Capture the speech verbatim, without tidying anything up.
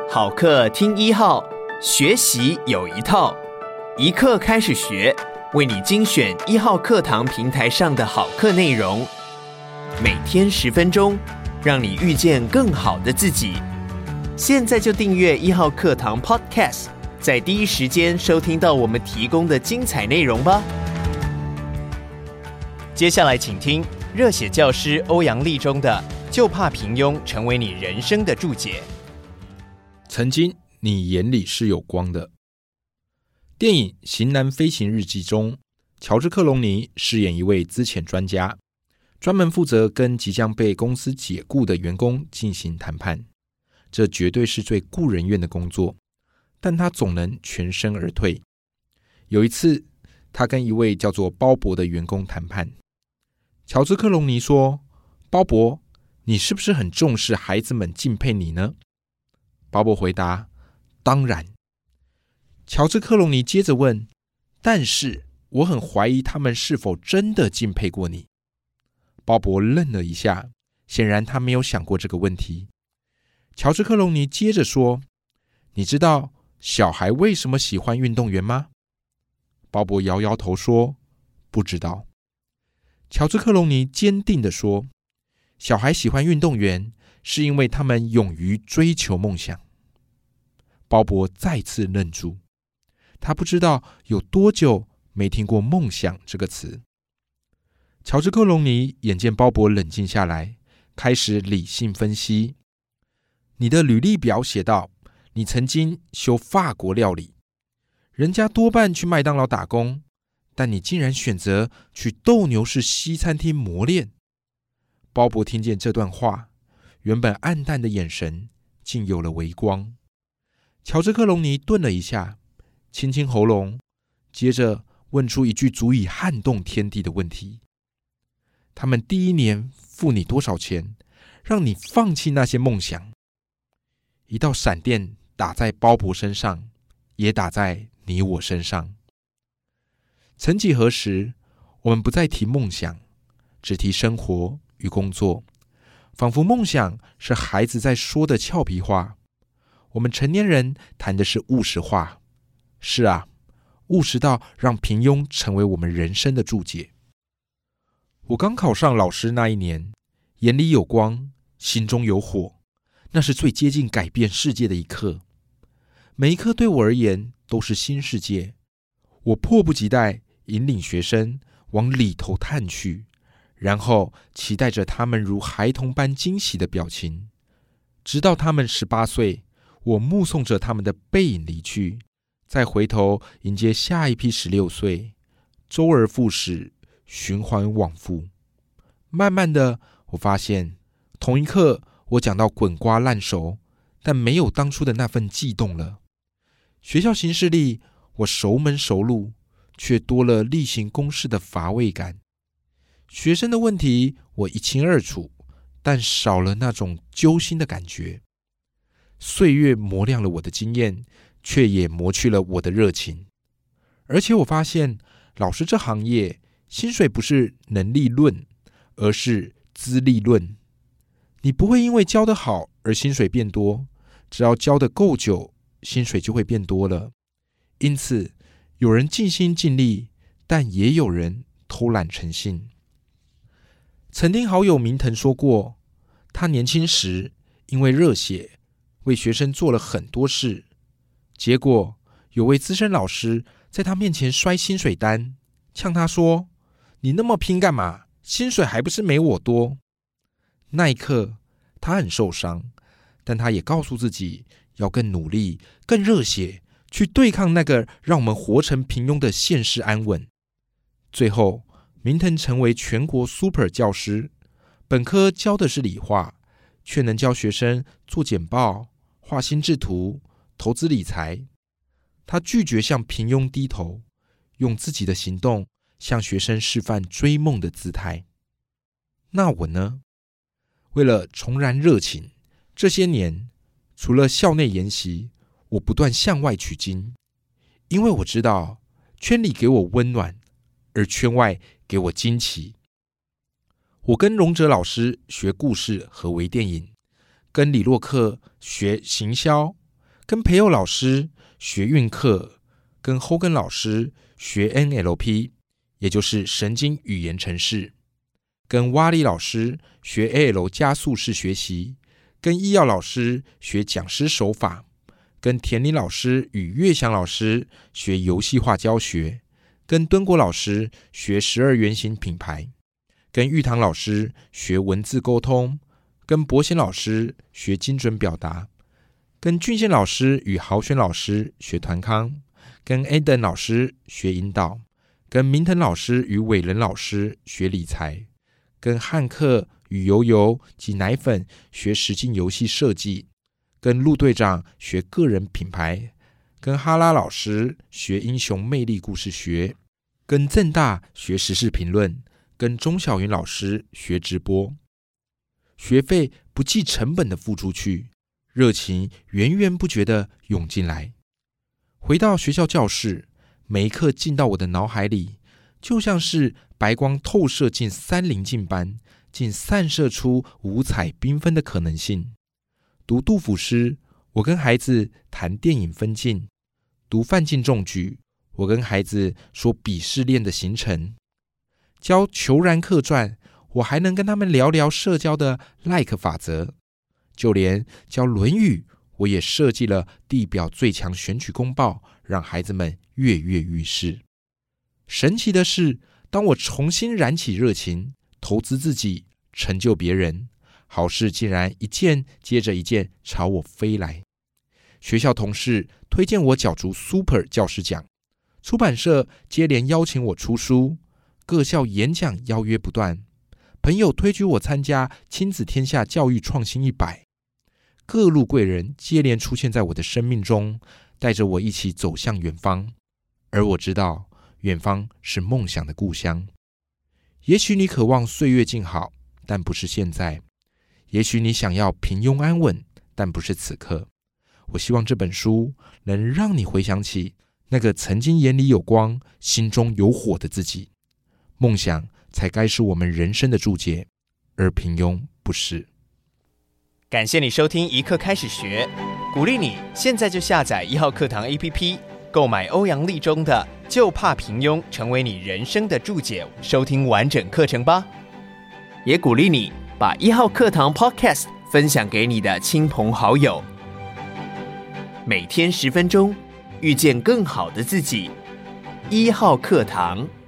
好课听一号，学习有一套，一课开始学，为你精选一号课堂平台上的好课内容，每天十分钟，让你遇见更好的自己。现在就订阅一号课堂 Podcast， 在第一时间收听到我们提供的精彩内容吧。接下来请听热血教师欧阳立中的《就怕平庸成为你人生的注解》。 曾经你眼里是有光的。电影《型男飞行日记》中，乔治·克隆尼饰演一位资遣专家，专门负责跟即将被公司解雇的员工进行谈判。这绝对是最顾人怨的工作，但他总能全身而退。有一次，他跟一位叫做鲍勃的员工谈判。乔治·克隆尼说：“鲍勃，你是不是很重视孩子们敬佩你呢？”鲍勃回答：“当然。”乔治·克隆尼接着问：“但是我很怀疑他们是否真的敬佩过你。”鲍勃愣了一下，显然他没有想过这个问题。乔治·克隆尼接着说：“你知道小孩为什么喜欢运动员吗？”鲍勃摇摇头说：“不知道。”乔治·克隆尼坚定地说：“小孩喜欢运动员，是因为他们勇于追求梦想。”鲍勃再次愣住，他不知道有多久没听过梦想这个词。乔治·克隆尼眼见鲍勃冷静下来，开始理性分析。你的履历表写道，你曾经修法国料理，人家多半去麦当劳打工，但你竟然选择去斗牛士西餐厅磨练。鲍勃听见这段话，原本暗淡的眼神竟有了微光。乔治·克隆尼顿了一下，清清喉咙，接着问出一句足以撼动天地的问题：他们第一年付你多少钱，让你放弃那些梦想？一道闪电打在鲍勃身上，也打在你我身上。曾几何时，我们不再提梦想，只提生活与工作，仿佛梦想是孩子在说的俏皮话，我们成年人谈的是务实话。是啊，务实到让平庸成为我们人生的注解。我刚考上老师那一年，眼里有光，心中有火，那是最接近改变世界的一刻。每一刻对我而言都是新世界，我迫不及待引领学生往里头探去，然后期待着他们如孩童般惊喜的表情。直到他们十八岁，我目送着他们的背影离去，再回头迎接下一批十六岁，周而复始，循环往复。慢慢的，我发现同一刻我讲到滚瓜烂熟，但没有当初的那份悸动了。学校行事历我熟门熟路，却多了例行公事的乏味感。学生的问题我一清二楚，但少了那种揪心的感觉。岁月磨亮了我的经验，却也磨去了我的热情。而且我发现，老师这行业薪水不是能力论，而是资历论。你不会因为教得好而薪水变多，只要教得够久，薪水就会变多了。因此，有人尽心尽力，但也有人偷懒成性。曾听好友明腾说过，他年轻时因为热血，为学生做了很多事，结果有位资深老师在他面前摔薪水单，呛他说：“你那么拼干嘛？薪水还不是没我多。”那一刻，他很受伤，但他也告诉自己要更努力、更热血，去对抗那个让我们活成平庸的现世安稳。最后，明腾成为全国 Super 教师，本科教的是理化，却能教学生做简报、画心智图、投资理财。他拒绝向平庸低头，用自己的行动向学生示范追梦的姿态。那我呢？为了重燃热情，这些年除了校内研习，我不断向外取经，因为我知道圈里给我温暖，而圈外给我惊奇。我跟荣哲老师学故事和微电影，跟李洛克学行销， 跟培佑老师学运课，跟 Hogan 老师学 N L P， 也就是神经语言程式，跟瓦力老师学 A L 加速式学习，跟医药老师学讲师手法，跟田林老师与岳翔老师学游戏化教学，跟敦国老师学十二原型品牌，跟玉堂老师学文字沟通，跟博贤老师学精准表达，跟俊宪老师与豪轩老师学团康，跟 Eden 老师学引导，跟明腾老师与伟仁老师学理财，跟汉克与油油及奶粉学实境游戏设计，跟陆队长学个人品牌，跟哈拉老师学英雄魅力故事学，跟政大学时事评论，跟钟小云老师学直播。学费不计成本的付出去，热情源源不绝的涌进来。回到学校教室，每一刻进到我的脑海里，就像是白光透射进三棱镜般，竟散射出五彩缤纷的可能性。读杜甫诗，我跟孩子谈电影分镜；读范进中举，我跟孩子说鄙视链的形成；教虬髯客传，我还能跟他们聊聊社交的 like 法则。就连教论语，我也设计了地表最强选举公报，让孩子们跃跃欲试。神奇的是，当我重新燃起热情，投资自己，成就别人，好事竟然一件接着一件朝我飞来。学校同事推荐我角逐 Super 教师奖，出版社接连邀请我出书，各校演讲邀约不断，朋友推举我参加亲子天下教育创新一百，各路贵人接连出现在我的生命中，带着我一起走向远方。而我知道，远方是梦想的故乡。也许你渴望岁月静好，但不是现在；也许你想要平庸安稳，但不是此刻。我希望这本书能让你回想起那个曾经眼里有光、心中有火的自己。梦想才该是我们人生的注解，而平庸不是。 感谢你收听一课开始学，鼓励你现在就下载一号课堂 A P P， 购买欧阳立中的《就怕平庸》，成为你人生的注解，收听完整课程吧。也鼓励你把一号课堂 Podcast 分享给你的亲朋好友。每天十分钟，遇见更好的自己。一号课堂。